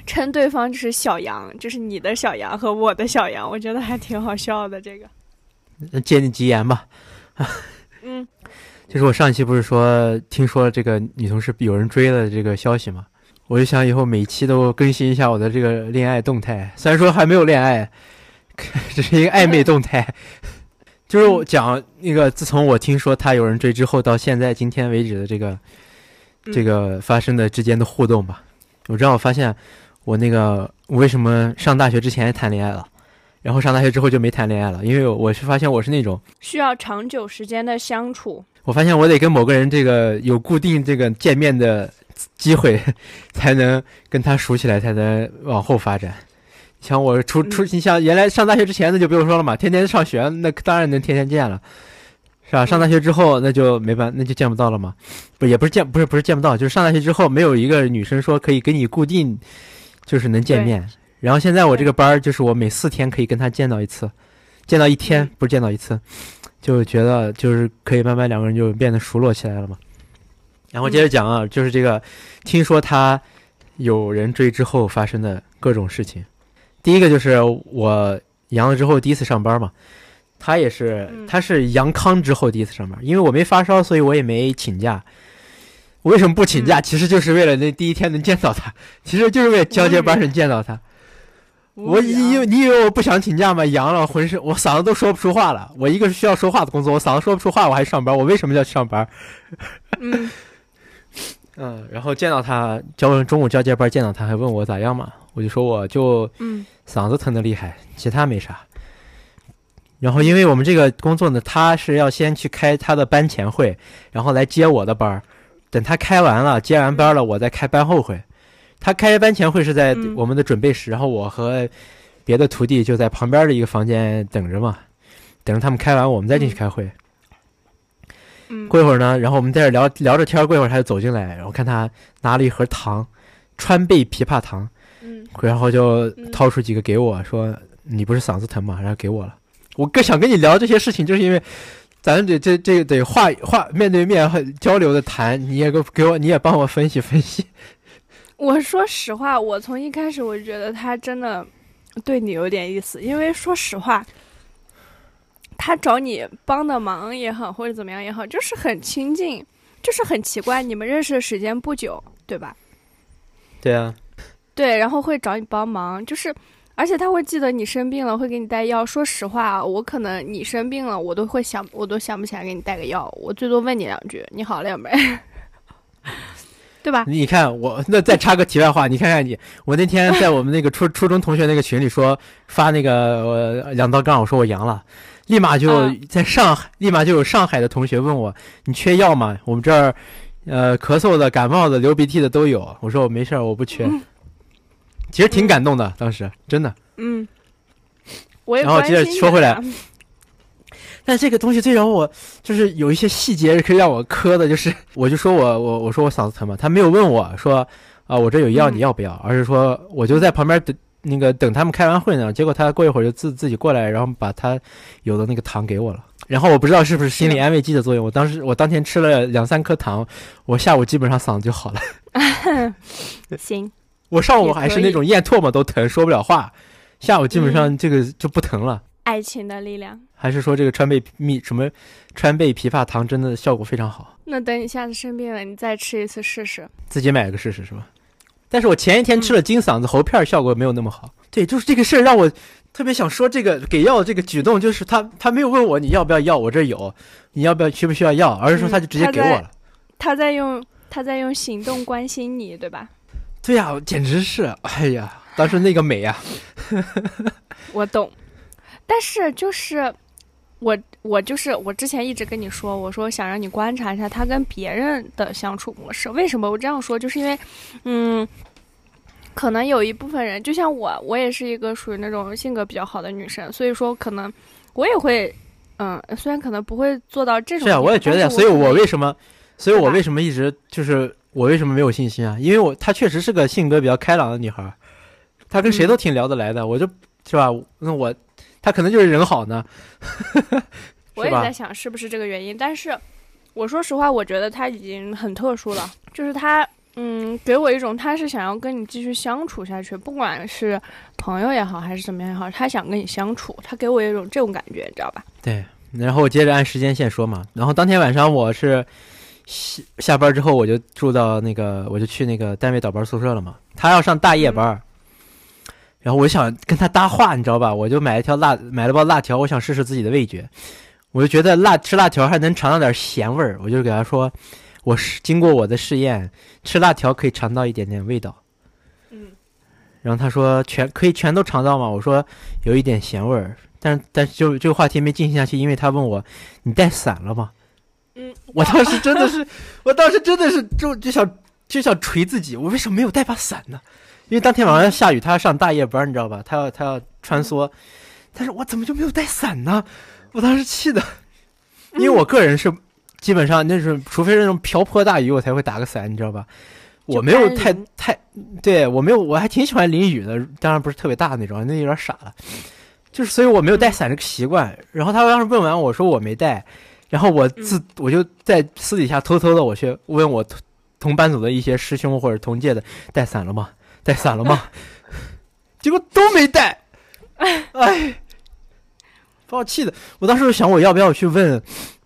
称对方就是小羊，就是你的小羊和我的小羊，我觉得还挺好笑的。这个借你吉言吧。就是我上一期不是说听说这个女同事有人追了这个消息嘛，我就想以后每一期都更新一下我的这个恋爱动态，虽然说还没有恋爱，只是一个暧昧动态。就是我讲那个自从我听说他有人追之后到现在今天为止的这个发生的之间的互动吧，我发现我为什么上大学之前谈恋爱了，然后上大学之后就没谈恋爱了，因为我是发现我是那种需要长久时间的相处。 我发现我得跟某个人这个有固定这个见面的机会，才能跟他熟起来，才能往后发展。像我你像原来上大学之前那就不用说了嘛，天天上学，那当然能天天见了，是吧？上大学之后那就没办，那就见不到了嘛。不是见不到，就是上大学之后没有一个女生说可以跟你固定，就是能见面。然后现在我这个班就是我每4天可以跟他见到一次，见到1天，不是见到1次。就觉得就是可以慢慢2个人就变得熟络起来了嘛。然后接着讲啊，就是这个听说他有人追之后发生的各种事情。第一个就是我阳了之后第一次上班嘛，他是阳康之后第一次上班，因为我没发烧，所以我也没请假。我为什么不请假？其实就是为了那第一天能见到他，其实就是为了交接班能见到他。你以为我不想请假吗？阳了，浑身我嗓子都说不出话了。我一个是需要说话的工作，我嗓子说不出话，我还上班，我为什么要去上班？然后见到他，中午交接班见到他，还问我咋样嘛？我就说我就嗓子疼得厉害，其他没啥。然后因为我们这个工作呢，他是要先去开他的班前会，然后来接我的班，等他开完了接完班了，我再开班后会。他开班前会是在我们的准备室，然后我和别的徒弟就在旁边的一个房间等着嘛，等着他们开完我们再进去开会。过一会儿呢，然后我们在这聊着天，过一会儿他就走进来，然后看他拿了一盒糖，川贝枇杷糖，然后就掏出几个给我说你不是嗓子疼吗？然后给我了。我更想跟你聊这些事情，就是因为咱这得话面对面交流的谈，你也你也帮我分析分析。 我说实话，我从一开始我就觉得他真的对你有点意思，因为说实话，他找你帮的忙也好，或者怎么样也好，就是很亲近，就是很奇怪，你们认识的时间不久，对吧？ 对啊， 对，然后会找你帮忙，就是而且他会记得你生病了，会给你带药。说实话，我可能你生病了，我都想不起来给你带个药，我最多问你2句，你好了没？对吧？ 你看我那再插个题外话，你看看你，我那天在我们那个初中同学那个群里说发那个2道杠，我说我阳了，立马就在上海，立马就有上海的同学问我你缺药吗？我们这儿咳嗽的、感冒的、流鼻涕的都有。我说我没事，我不缺。其实挺感动的，当时真的。 我也然后接着说回来。但这个东西最让我就是有一些细节可以让我磕的，就是我就说我说我嗓子疼嘛，他没有问我说我这有药你要不要，而是说我就在旁边等他们开完会呢，结果他过一会儿就自己过来，然后把他有的那个糖给我了。然后我不知道是不是心理安慰剂的作用，我当天吃了2-3颗糖，我下午基本上嗓子就好了。 行， 我上午还是那种咽唾沫都疼，说不了话，下午基本上这个就不疼了。 爱情的力量。 还是说这个川贝枇杷糖真的效果非常好？ 那等你下次生病了，你再吃一次试试， 自己买个试试是吧？但是我前一天吃了金嗓子喉片，效果没有那么好。对，就是这个事儿让我特别想说，这个给药这个举动，就是他没有问我你要不要药，我这有，你要不要需不需要药，而是说他就直接给我了。 他在用行动关心你，对吧？ 对呀，简直是，哎呀，当时那个美呀。 我懂，但是就是我之前一直跟你说，我说想让你观察一下他跟别人的相处模式。为什么我这样说？就是因为可能有一部分人，就像我也是一个属于那种性格比较好的女生，所以说可能我也会虽然可能不会做到这种地方。 是啊，我也觉得，所以我为什么一直就是我为什么没有信心啊？因为她确实是个性格比较开朗的女孩，她跟谁都挺聊得来的，我就是吧？那她可能就是人好呢。 我也在想是不是这个原因，但是我说实话，我觉得她已经很特殊了，就是她给我一种他是想要跟你继续相处下去，不管是朋友也好还是怎么样也好，他想跟你相处，他给我一种这种感觉，你知道吧？ 对，然后我接着按时间线说嘛，然后当天晚上我是下班之后我就住到我就去那个单位导班宿舍了嘛，他要上大夜班，然后我想跟他搭话，你知道吧？我就买了包辣条，我想试试自己的味觉，我就觉得吃辣条还能尝到点咸味儿，我就给他说。我是经过我的试验，吃辣条可以尝到一点点味道。然后他说可以全都尝到吗？我说有一点咸味儿，但就这个话题没进行下去，因为他问我你带伞了吗？我当时真的是就想捶自己，我为什么没有带把伞呢？因为当天晚上要下雨，他要上大夜班，你知道吧？他要穿梭，但是我怎么就没有带伞呢？我当时气的，因为我个人是。基本上那种，除非是那种瓢泼大雨，我才会打个伞，你知道吧？我没有太，对我没有，我还挺喜欢淋雨的，当然不是特别大那种，那有点傻了。就是所以我没有带伞这个习惯。然后他当时问完我说我没带，然后我就在私底下偷偷的我去问我同班组的一些师兄或者同届的带伞了吗？带伞了吗？结果都没带，哎，把我气的。我当时就想我要不要去问，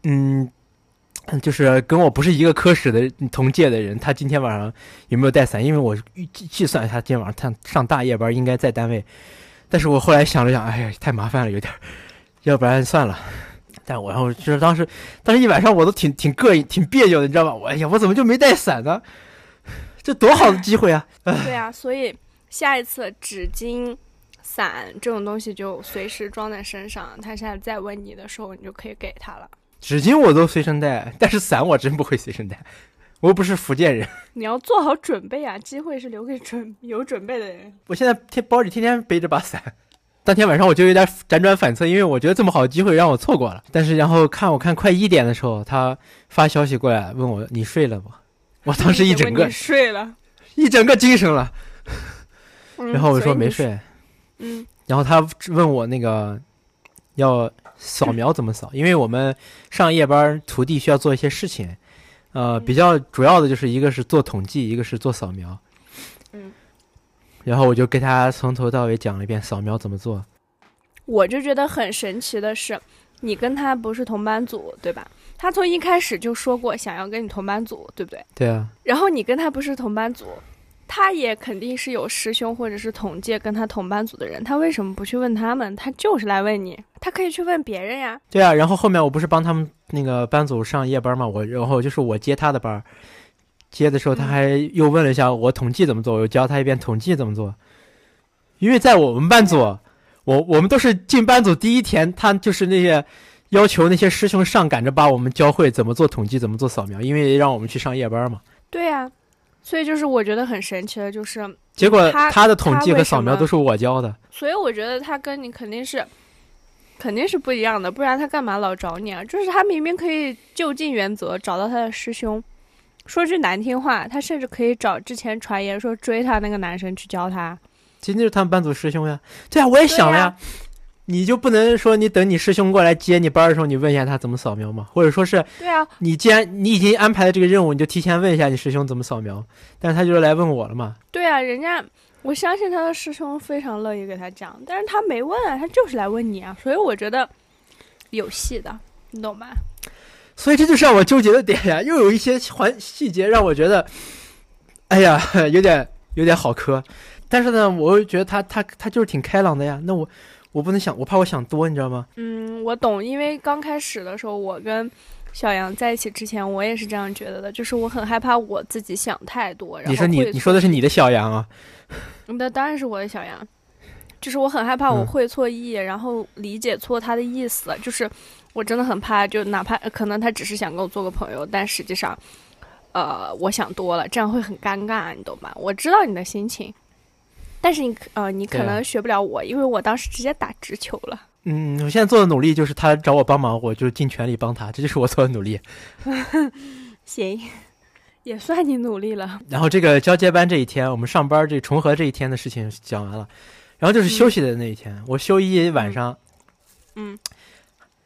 就是跟我不是一个科室的同届的人，他今天晚上有没有带伞？因为我计算一下，今天晚上他上大夜班应该在单位，但是我后来想了想，哎呀，太麻烦了，有点，要不然算了。然后就是当时一晚上我都挺膈应、挺别扭的，你知道吧？哎呀，我怎么就没带伞呢？这多好的机会啊！ 对啊，所以下一次纸巾、伞这种东西就随时装在身上，他现在再问你的时候，你就可以给他了。 纸巾我都随身带，但是伞我真不会随身带，我又不是福建人。 你要做好准备啊，机会是留给有准备的人。 我现在包里天天背着把伞，当天晚上我就有点辗转反侧，因为我觉得这么好的机会让我错过了。但是然后我看快1点的时候，他发消息过来问我你睡了吗？我当时一整个睡了， 一整个精神了。然后我说没睡。然后他问我要扫描怎么扫，因为我们上夜班徒弟需要做一些事情，比较主要的就是一个是做统计，一个是做扫描。然后我就给他从头到尾讲了一遍扫描怎么做。 我就觉得很神奇的是，你跟他不是同班组，对吧？他从一开始就说过想要跟你同班组，对不对？ 对啊。 然后你跟他不是同班组，他也肯定是有师兄或者是同届跟他同班组的人，他为什么不去问他们？他就是来问你，他可以去问别人呀。 对啊，然后后面我不是帮他们那个班组上夜班嘛，然后就是我接他的班，接的时候他还又问了一下我统计怎么做，我又教他一遍统计怎么做。因为在我们班组，我们都是进班组第一天，他就是那些要求那些师兄上赶着把我们教会怎么做统计，怎么做扫描，因为让我们去上夜班嘛。 对啊，所以就是我觉得很神奇的，就是结果他的统计和扫描都是我教的， 所以我觉得他跟你肯定是不一样的，不然他干嘛老找你啊？就是他明明可以就近原则找到他的师兄，说句难听话，他甚至可以找之前传言说追他那个男生去教他。 今天就是他们班组师兄呀。对啊，我也想了呀。你就不能说你等你师兄过来接你班的时候，你问一下他怎么扫描吗？或者说是， 对啊， 你既然你已经安排了这个任务，你就提前问一下你师兄怎么扫描。但是他就是来问我了嘛。 对啊，人家我相信他的师兄非常乐意给他讲，但是他没问啊，他就是来问你啊，所以我觉得有戏的，你懂吗？ 所以这就是让我纠结的点呀，又有一些细节让我觉得，哎呀，有点好磕。但是呢，我又觉得他就是挺开朗的呀。那我不能想，我怕我想多，你知道吗？ 我懂，因为刚开始的时候，我跟小杨在一起之前，我也是这样觉得的，就是我很害怕我自己想太多。然后你说的是你的小杨啊？ 那当然是我的小杨，就是我很害怕我会错意，然后理解错他的意思，就是我真的很怕，就哪怕可能他只是想跟我做个朋友，但实际上，我想多了，这样会很尴尬，你懂吗？我知道你的心情。但是你可能学不了我，因为我当时直接打直球了。 我现在做的努力就是他找我帮忙，我就尽全力帮他，这就是我做的努力。 行，也算你努力了。 然后这个交接班这一天，我们上班这重合这一天的事情讲完了，然后就是休息的那一天，我休一晚上。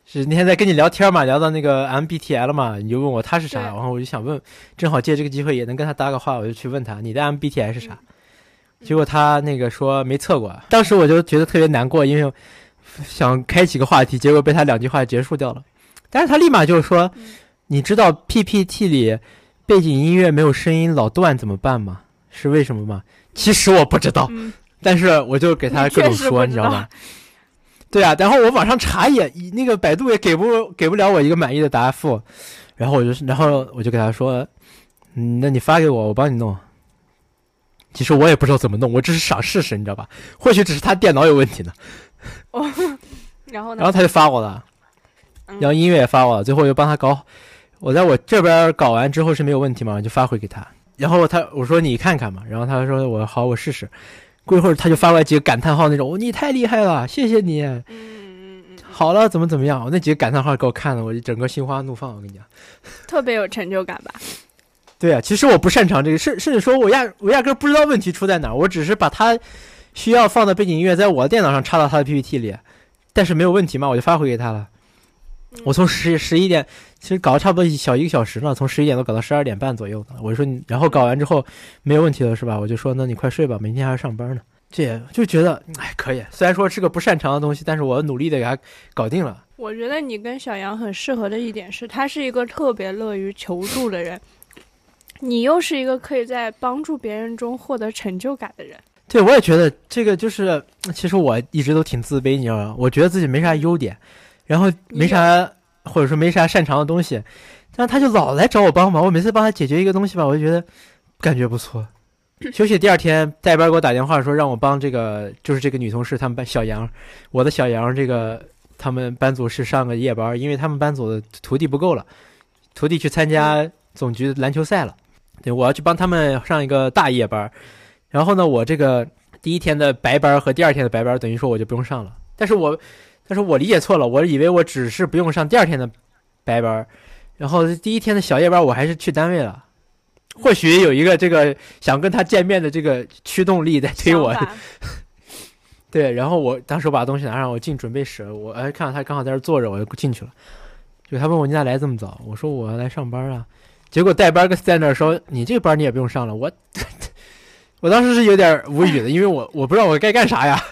是那天在跟你聊天嘛，聊到那个 MBTI 了嘛，你就问我他是啥，然后我就想问，正好借这个机会也能跟他搭个话，我就去问他你的 MBTI 是啥。结果他那个说没测过，当时我就觉得特别难过，因为想开启个话题，结果被他2句话结束掉了。但是他立马就说，你知道 PPT 里背景音乐没有声音老断怎么办吗？是为什么吗？其实我不知道，但是我就给他各种说，你知道吗？对啊，然后我网上查也那个百度也给不了我一个满意的答复，然后我就给他说，那你发给我，我帮你弄。其实我也不知道怎么弄，我只是想试试，你知道吧？或许只是他电脑有问题呢。 然后呢？ 然后他就发我了，然后音乐也发我了，最后我就帮他搞。我在我这边搞完之后是没有问题嘛，就发回给他。然后我说你看看嘛，然后他说我试试。过一会儿他就发过来几个感叹号那种，你太厉害了，谢谢你。好了，怎么样？我那几个感叹号给我看了，我就整个心花怒放。我跟你讲， 特别有成就感吧？ 对啊，其实我不擅长这个，甚至说我压根不知道问题出在哪儿，我只是把它需要放的背景音乐在我的电脑上插到他的 PPT 里，但是没有问题嘛，我就发回给他了。我从11点，其实搞了差不多小1个小时了，从11点多搞到12点半左右的。我说你，然后搞完之后没有问题了是吧？我就说那你快睡吧，明天还要上班呢。这也就觉得可以，虽然说是个不擅长的东西，但是我努力的给他搞定了。 我觉得你跟小杨很适合的一点是，他是一个特别乐于求助的人。你又是一个可以在帮助别人中获得成就感的人。 对，我也觉得这个就是，其实我一直都挺自卑，你知道吗？我觉得自己没啥优点，然后没啥或者说没啥擅长的东西，但是他就老来找我帮忙。我每次帮他解决一个东西吧，我就觉得感觉不错。休息第2天，代班给我打电话说让我帮这个，就是这个女同事他们班小杨，我的小杨，这个他们班组是上个夜班，因为他们班组的徒弟不够了，徒弟去参加总局篮球赛了。对，我要去帮他们上一个大夜班，然后呢，我这个第1天的白班和第2天的白班，等于说我就不用上了。但是我理解错了，我以为我只是不用上第2天的白班，然后第1天的小夜班我还是去单位了。或许有一个这个想跟他见面的这个驱动力在推我。对，然后我当时把东西拿上，我进准备室，我看到他刚好在这坐着，我就进去了。就他问我你咋来这么早，我说我来上班啊。结果带班在那说你这个班你也不用上了，我当时是有点无语的，因为我不知道我该干啥呀。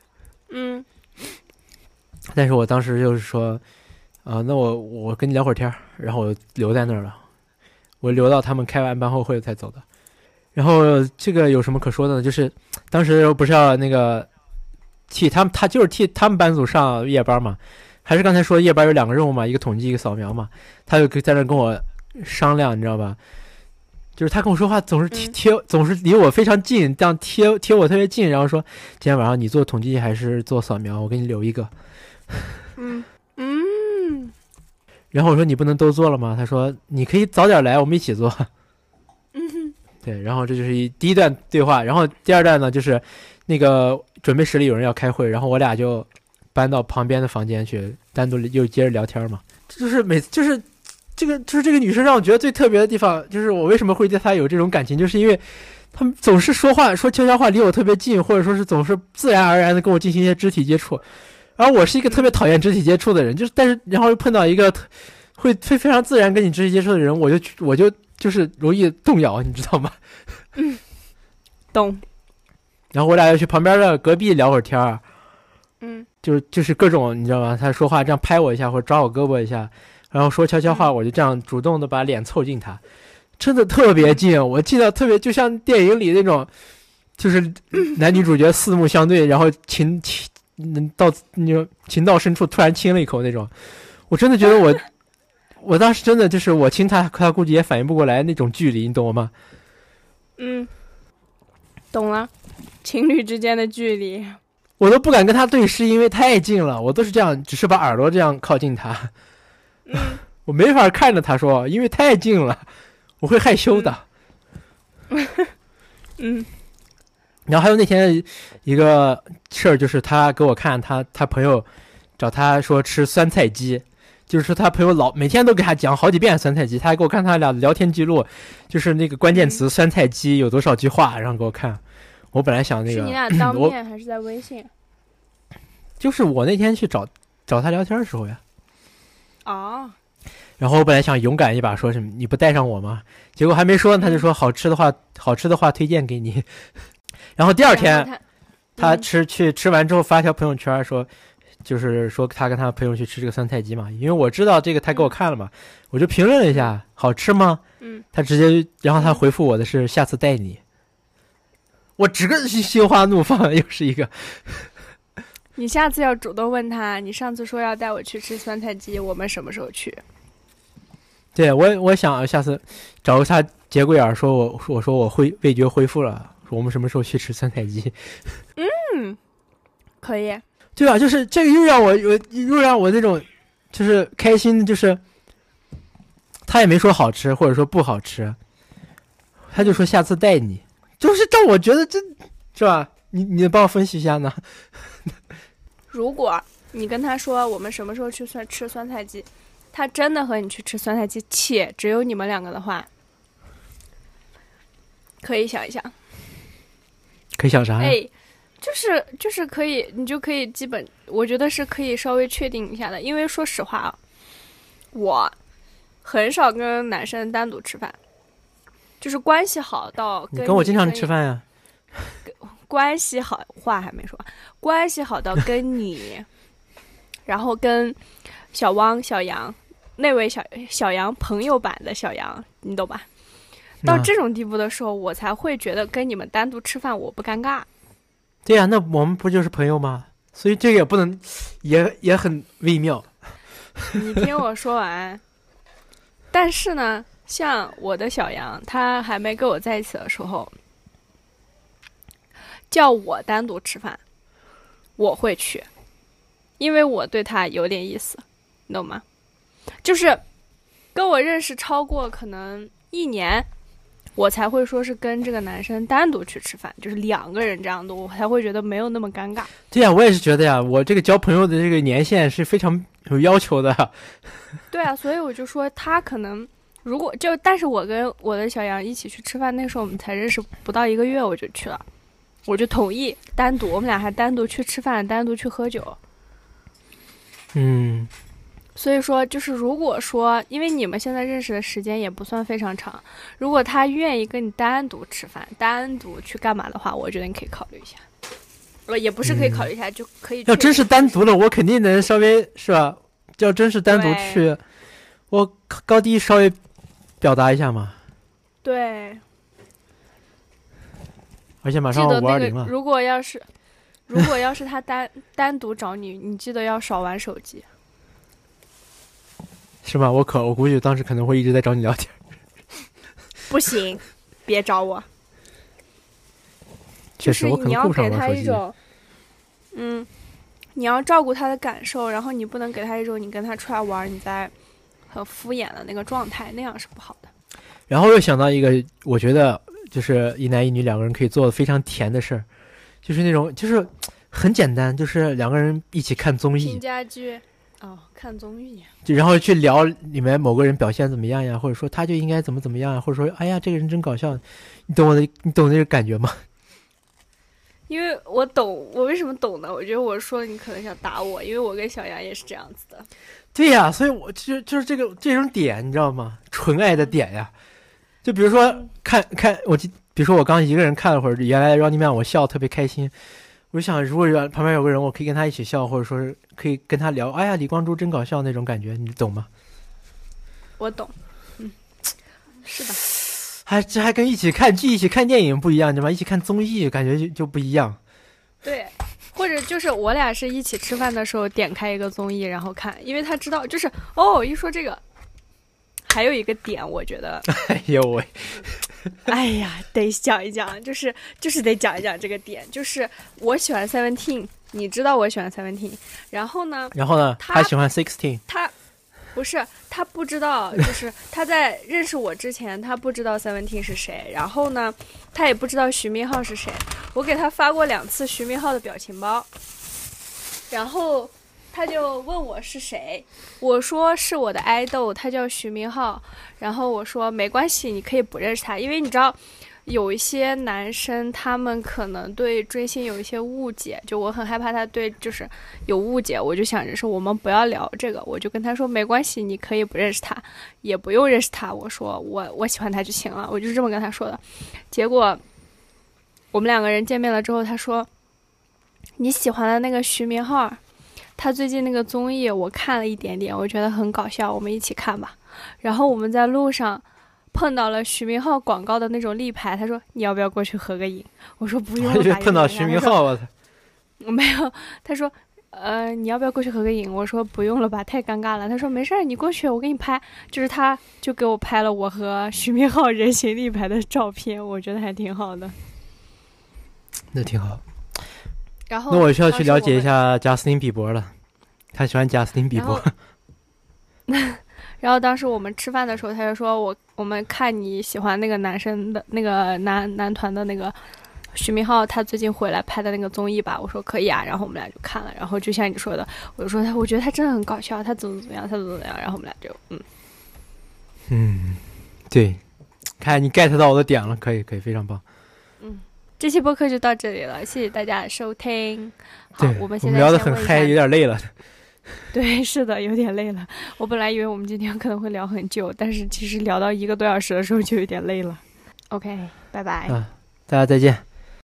但是我当时就是说那我跟你聊会儿天，然后我留在那儿了，我留到他们开完班后会才走的。然后这个有什么可说的呢？就是当时不是要那个他就是替他们班组上夜班嘛，还是刚才说夜班有2个任务嘛，一个统计一个扫描嘛，他就在那跟我商量，你知道吧？就是他跟我说话总是离我非常近，这样贴我特别近，然后说今天晚上你做统计还是做扫描，我给你留一个。然后我说你不能都做了吗？他说你可以早点来，我们一起做。对，然后这就是第1段对话，然后第2段呢，就是那个准备室里有人要开会，然后我俩就搬到旁边的房间去，单独又接着聊天嘛。就是这个女生让我觉得最特别的地方，就是我为什么会对她有这种感情，就是因为他们总是说悄悄话离我特别近，或者说是总是自然而然的跟我进行一些肢体接触。而我是一个特别讨厌肢体接触的人，然后又碰到一个会非常自然跟你肢体接触的人，我就是容易动摇，你知道吗？ 懂。 然后我俩要去旁边的隔壁聊会儿天就是各种你知道吗？他说话这样拍我一下或者抓我胳膊一下，然后说悄悄话，我就这样主动的把脸凑近他，真的特别近，我近到特别就像电影里那种，就是男女主角四目相对，然后情到深处突然亲了一口那种。我真的觉得我当时真的就是我亲他估计也反应不过来那种距离，你懂我吗？ 懂了，情侣之间的距离我都不敢跟他对视，因为太近了，我都是这样，只是把耳朵这样靠近他。我没法看着他说，因为太近了，我会害羞的。然后还有那天一个事儿，就是他给我看他朋友找他说吃酸菜鸡，就是说他朋友每天都给他讲好几遍酸菜鸡，他还给我看他俩聊天记录，就是那个关键词酸菜鸡有多少句话，然后给我看。我本来想那个是你俩当面还是在微信？ 就是我那天去找他聊天的时候呀。 哦。 然后我本来想勇敢一把，说什么你不带上我吗？结果还没说，他就说好吃的话推荐给你。然后第二天他吃完之后发条朋友圈说，就是说他跟他朋友去吃这个酸菜鸡嘛，因为我知道这个他给我看了嘛，我就评论了一下，好吃吗？他直接，然后他回复我的是下次带你。我只个心花怒放，又是一个。 你下次要主动问他，你上次说要带我去吃酸菜鸡，我们什么时候去？ 对，我想下次找个他节骨眼说我说我味觉恢复了，说我们什么时候去吃酸菜鸡？ 可以。 对吧？就是这个又让我那种就是开心，就是他也没说好吃或者说不好吃，他就说下次带你，就是让我觉得这是吧？你帮我分析一下呢？ 如果你跟他说我们什么时候去吃酸菜鸡，他真的和你去吃酸菜鸡，且只有你们两个的话，可以想一想。 可以想啥呀？ 哎，就是可以，你就可以基本，我觉得是可以稍微确定一下的。因为说实话啊，我很少跟男生单独吃饭，就是关系好到你跟我经常吃饭呀。 关系好，话还没说，关系好到跟你，然后跟小汪、小杨那位小杨朋友版的小杨，你懂吧？到这种地步的时候，我才会觉得跟你们单独吃饭我不尴尬。 对呀，那我们不就是朋友吗？所以这个也不能，也很微妙。 你听我说完。但是呢，像我的小杨，他还没跟我在一起的时候，叫我单独吃饭，我会去，因为我对他有点意思，你懂吗？就是跟我认识超过可能1年，我才会说是跟这个男生单独去吃饭，就是2个人这样的，我才会觉得没有那么尴尬。 对呀，我也是觉得呀，我这个交朋友的这个年限是非常有要求的。 对啊，所以我就说他可能如果就，但是我跟我的小杨一起去吃饭，那时候我们才认识不到1个月，我就去了，我就同意单独，我们俩还单独去吃饭，单独去喝酒。所以说就是如果说，因为你们现在认识的时间也不算非常长，如果他愿意跟你单独吃饭，单独去干嘛的话，我觉得你可以考虑一下。也不是可以考虑一下，就可以。 要真是单独了，我肯定能稍微是吧？要真是单独去，我高低稍微表达一下嘛。 对。 而且马上520了。 如果要是他单独找你，你记得要少玩手机。 是吗？我估计当时可能会一直在找你聊天。 不行，别找我。 确实，我可能顾不上玩手机。 你要照顾他的感受，然后你不能给他一种你跟他出来玩你在很敷衍的那个状态，那样是不好的。 然后又想到一个，我觉得就是一男一女2个人可以做的非常甜的事儿，就是那种就是很简单，就是2个人一起看综艺。 拼家居。看综艺， 就然后去聊里面某个人表现怎么样呀，或者说他就应该怎么样呀，或者说哎呀这个人真搞笑，你懂那个感觉吗？ 因为我懂，我为什么懂呢？我觉得我说了你可能想打我，因为我跟小杨也是这样子的。 对呀，所以我就是这种点，你知道吗？纯爱的点呀。就比如说看比如说我刚一个人看了会儿原来 Running Man， 我笑特别开心。我就想，如果旁边有个人，我可以跟他一起笑，或者说是可以跟他聊，哎呀，李光洙真搞笑那种感觉，你懂吗？ 我懂，是的。 这还跟一起看剧、一起看电影不一样，对吧？一起看综艺感觉就不一样。 对，或者就是我俩是一起吃饭的时候点开一个综艺然后看，因为他知道就是一说这个，还有一个点，我觉得， 哎呦喂。 哎呀，得讲一讲，就是得讲一讲这个点，就是我喜欢 Seventeen， 你知道我喜欢 Seventeen， 然后呢， 他喜欢 16， 他不是，他不知道，就是他在认识我之前，他不知道 Seventeen 是谁，然后呢，他也不知道徐明浩是谁，我给他发过2次徐明浩的表情包，然后他就问我是谁，我说是我的爱豆，他叫徐明浩。然后我说没关系，你可以不认识他，因为你知道有一些男生他们可能对追星有一些误解，就我很害怕他对就是有误解，我就想着说我们不要聊这个，我就跟他说没关系，你可以不认识他，也不用认识他，我说我喜欢他就行了，我就是这么跟他说的。结果我们2个人见面了之后，他说你喜欢的那个徐明浩，他最近那个综艺我看了一点点，我觉得很搞笑，我们一起看吧。然后我们在路上碰到了徐明浩广告的那种立牌，他说你要不要过去合个影？我说不用了。 碰到徐明浩，我操！ 没有，他说你要不要过去合个影？我说不用了吧，太尴尬了。他说没事，你过去，我给你拍。就是他就给我拍了我和徐明浩人形立牌的照片，我觉得还挺好的。 那挺好。 然后那我需要去了解一下贾斯汀比伯了，他喜欢贾斯汀比伯。 然后当时我们吃饭的时候，他就说我们看你喜欢那个男生的那个男团的那个徐明浩，他最近回来拍的那个综艺吧。我说可以啊，然后我们俩就看了。然后就像你说的，我就说我觉得他真的很搞笑，他怎么样，他怎么样。然后我们俩就对，看你 get 到我的点了，可以，非常棒。 这期播客就到这里了，谢谢大家的收听。好，我们现在聊得很嗨，有点累了。 对，是的，有点累了。我本来以为我们今天可能会聊很久，但是其实聊到1个多小时的时候就有点累了。OK， 拜拜。 大家再见。